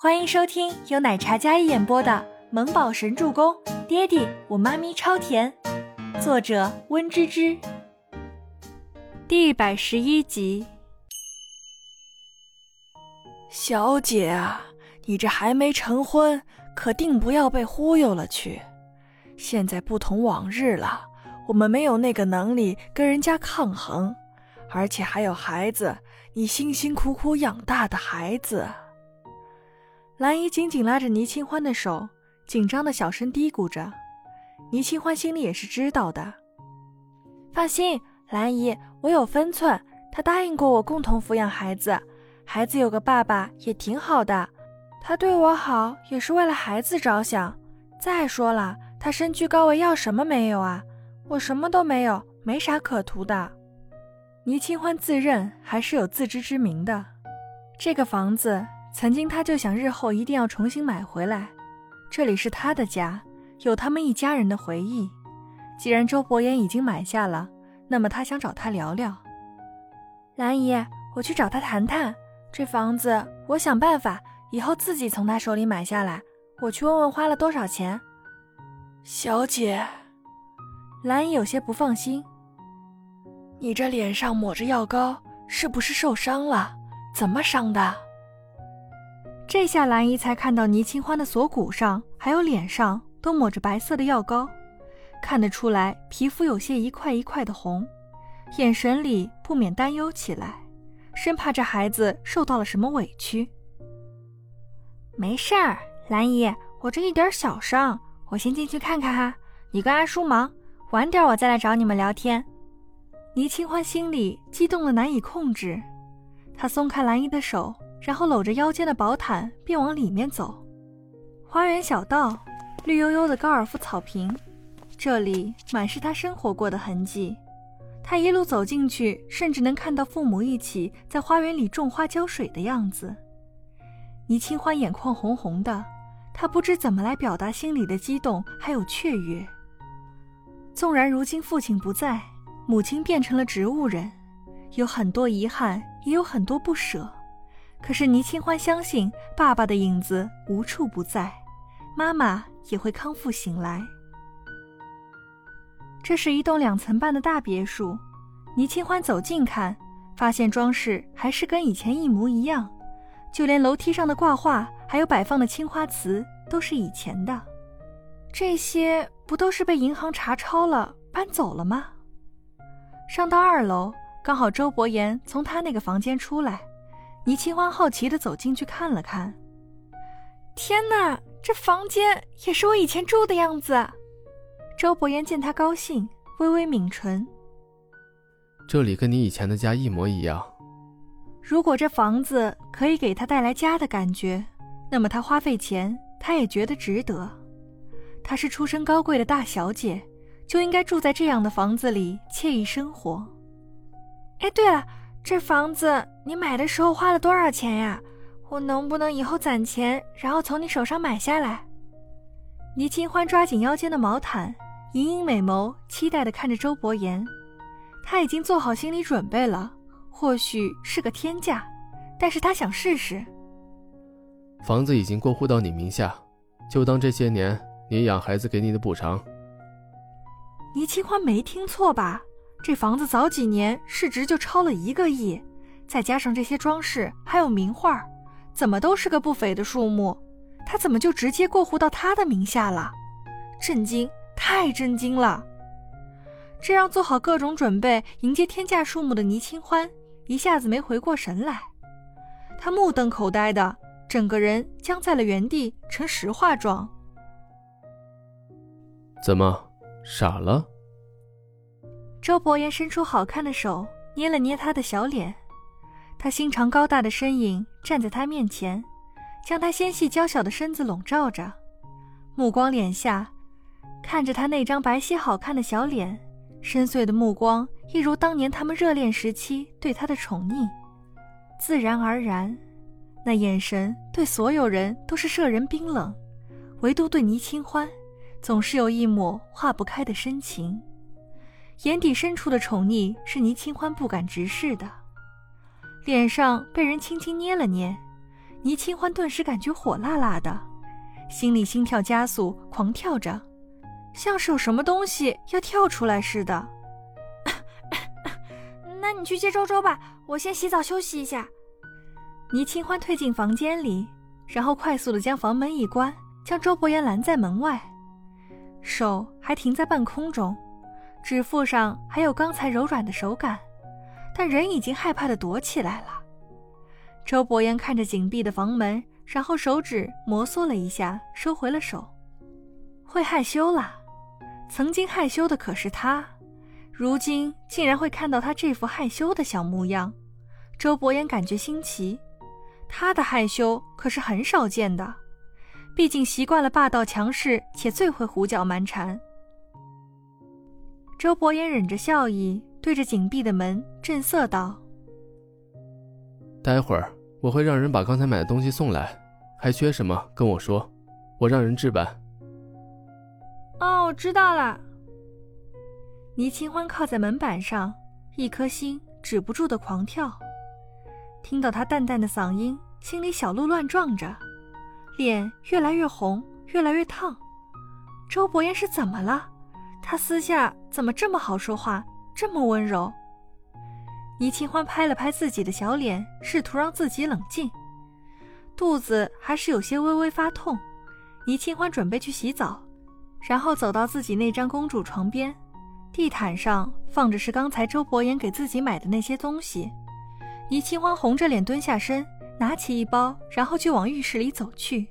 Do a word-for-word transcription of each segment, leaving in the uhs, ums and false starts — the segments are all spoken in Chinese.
欢迎收听由奶茶嘉一演播的《萌宝神助攻》，爹地我妈咪超甜，作者温芝芝。第一百十一集。 小姐啊，你这还没成婚，可定不要被忽悠了去。现在不同往日了，我们没有那个能力跟人家抗衡，而且还有孩子，你辛辛苦苦养大的孩子。 兰姨紧紧拉着倪清欢的手，紧张的小声嘀咕着。倪清欢心里也是知道的。放心，兰姨，我有分寸，他答应过我共同抚养孩子，孩子有个爸爸也挺好的，他对我好也是为了孩子着想。再说了，他身居高位要什么没有啊？我什么都没有，没啥可图的。倪清欢自认还是有自知之明的，这个房子曾经他就想日后一定要重新买回来，这里是他的家，有他们一家人的回忆。既然周伯言已经买下了，那么他想找他聊聊。兰姨，我去找他谈谈，这房子我想办法以后自己从他手里买下来，我去问问花了多少钱。 小姐， 兰姨有些不放心， 你这脸上抹着药膏，是不是受伤了？怎么伤的？ 这下兰姨才看到倪清欢的锁骨上还有脸上都抹着白色的药膏，看得出来皮肤有些一块一块的红，眼神里不免担忧起来，生怕这孩子受到了什么委屈。没事儿，兰姨，我这一点小伤，我先进去看看哈，你跟阿叔忙，晚点我再来找你们聊天。倪清欢心里激动的难以控制，她松开兰姨的手，然后搂着腰间的薄毯便往里面走。花园小道，绿油油的高尔夫草坪，这里满是他生活过的痕迹。他一路走进去，甚至能看到父母一起在花园里种花浇水的样子。倪清欢眼眶红红的，他不知怎么来表达心里的激动还有雀跃。纵然如今父亲不在，母亲变成了植物人，有很多遗憾，也有很多不舍，可是倪清欢相信爸爸的影子无处不在，妈妈也会康复醒来。这是一栋两层半的大别墅，倪清欢走近看，发现装饰还是跟以前一模一样，就连楼梯上的挂画还有摆放的青花瓷都是以前的。这些不都是被银行查抄了搬走了吗？上到二楼，刚好周伯言从他那个房间出来，倪清欢好奇地走进去看了看。天哪，这房间也是我以前住的样子。周伯言见他高兴，微微抿唇。 这里跟你以前的家一模一样。 如果这房子可以给他带来家的感觉，那么他花费钱他也觉得值得。她是出身高贵的大小姐，就应该住在这样的房子里惬意生活。哎，对了，这房子你买的时候花了多少钱呀？我能不能以后攒钱，然后从你手上买下来？倪清欢抓紧腰间的毛毯，盈盈美眸期待地看着周伯言。他已经做好心理准备了，或许是个天价，但是他想试试。 房子已经过户到你名下，就当这些年你养孩子给你的补偿。 倪清欢没听错吧？这房子早几年市值就超了一个亿，再加上这些装饰还有名画，怎么都是个不菲的数目，他怎么就直接过户到他的名下了？震惊，太震惊了！这让做好各种准备迎接天价数目的倪清欢一下子没回过神来，他目瞪口呆的，整个人僵在了原地，成石化状。 怎么傻了？ 周伯言伸出好看的手捏了捏他的小脸，他心长高大的身影站在他面前，将他纤细娇小的身子笼罩着，目光敛下，看着他那张白皙好看的小脸，深邃的目光一如当年他们热恋时期对他的宠溺。自然而然，那眼神对所有人都是摄人冰冷，唯独对倪清欢总是有一抹化不开的深情。眼底深处的宠溺是倪清欢不敢直视的。脸上被人轻轻捏了捏， 倪清欢顿时感觉火辣辣的，心里心跳加速，狂跳着，像是有什么东西要跳出来似的。 那你去接周周吧，我先洗澡休息一下。 倪清欢退进房间里，然后快速地将房门一关，将周伯言拦在门外，手还停在半空中，指腹上还有刚才柔软的手感，但人已经害怕地躲起来了。周伯言看着紧闭的房门，然后手指摩挲了一下，收回了手。会害羞了，曾经害羞的可是他，如今竟然会看到他这副害羞的小模样。周伯言感觉新奇，他的害羞可是很少见的，毕竟习惯了霸道强势且最会胡搅蛮缠。周伯言忍着笑意，对着紧闭的门震色道： 待会儿我会让人把刚才买的东西送来，还缺什么跟我说，我让人置办。 哦，我知道了。 倪清欢靠在门板上，一颗心止不住的狂跳。听到他淡淡的嗓音，心里小鹿乱撞着，脸越来越红，越来越烫。周伯言是怎么了？他私下怎么这么好说话，这么温柔？倪清欢拍了拍自己的小脸，试图让自己冷静。肚子还是有些微微发痛，倪清欢准备去洗澡，然后走到自己那张公主床边，地毯上放着是刚才周伯言给自己买的那些东西。倪清欢红着脸蹲下身，拿起一包，然后就往浴室里走去。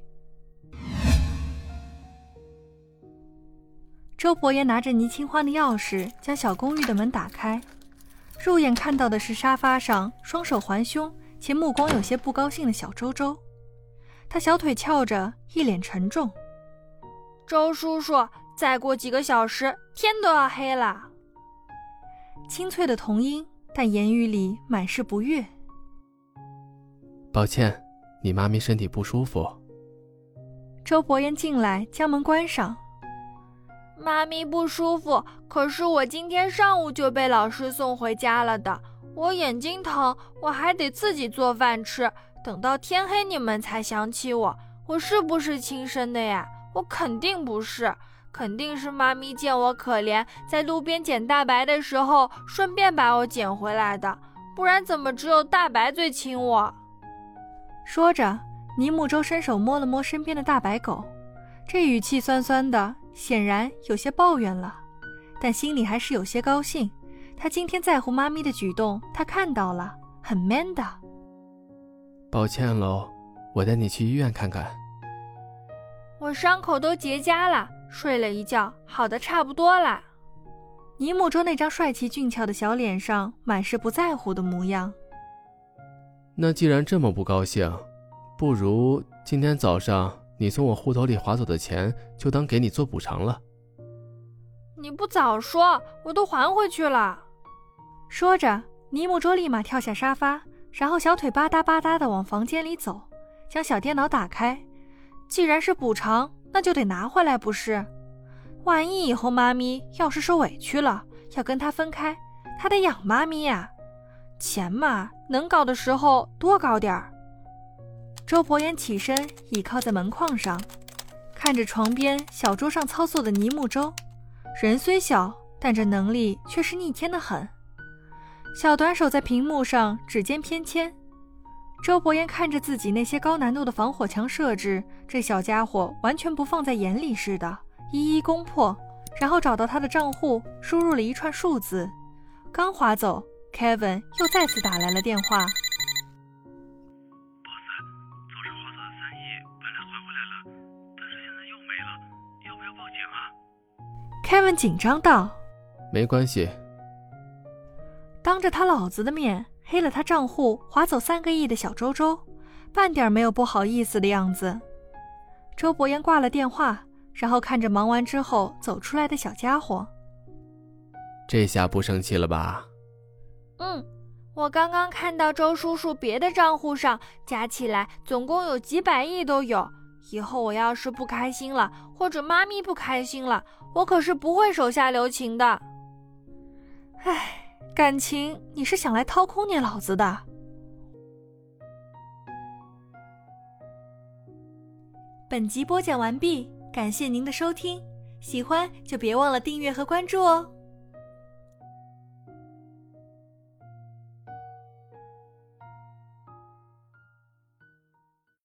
周伯言拿着倪清欢的钥匙，将小公寓的门打开，入眼看到的是沙发上双手环胸且目光有些不高兴的小周周。他小腿翘着，一脸沉重。 周叔叔，再过几个小时天都要黑了。 清脆的童音，但言语里满是不悦。 抱歉，你妈咪身体不舒服。 周伯言进来将门关上。 妈咪不舒服，可是我今天上午就被老师送回家了的。我眼睛疼，我还得自己做饭吃，等到天黑你们才想起我。我是不是亲生的呀？我肯定不是，肯定是妈咪见我可怜，在路边捡大白的时候顺便把我捡回来的，不然怎么只有大白最亲我？ 说着，倪木舟伸手摸了摸身边的大白狗，这语气酸酸的，显然有些抱怨了，但心里还是有些高兴。他今天在乎妈咪的举动，他看到了，很 man 的。 抱歉喽，我带你去医院看看。 我伤口都结痂了，睡了一觉，好的差不多了。 倪木舟那张帅气俊俏的小脸上满是不在乎的模样。 那既然这么不高兴，不如今天早上你从我户头里划走的钱就当给你做补偿了。 你不早说，我都还回去了。 说着，倪木舟立马跳下沙发，然后小腿吧嗒吧嗒地往房间里走，将小电脑打开。既然是补偿，那就得拿回来不是？万一以后妈咪要是受委屈了，要跟他分开，他得养妈咪呀。钱嘛，能搞的时候多搞点儿。周伯言起身倚靠在门框上，看着床边小桌上操作的倪木舟，人虽小，但这能力却是逆天的很。小短手在屏幕上指尖偏牵，周伯言看着自己那些高难度的防火墙设置，这小家伙完全不放在眼里似的，一一攻破，然后找到他的账户，输入了一串数字。刚划走， Kevin 又再次打来了电话。Kevin 紧张道： 没关系。 当着他老子的面黑了他账户划走三个亿的小周周，半点没有不好意思的样子。周伯言挂了电话，然后看着忙完之后走出来的小家伙。 这下不生气了吧？ 嗯，我刚刚看到周叔叔别的账户上加起来总共有几百亿都有，以后我要是不开心了，或者妈咪不开心了，我可是不会手下留情的。 唉，感情你是想来掏空你老子的。 本集播讲完毕，感谢您的收听，喜欢就别忘了订阅和关注哦。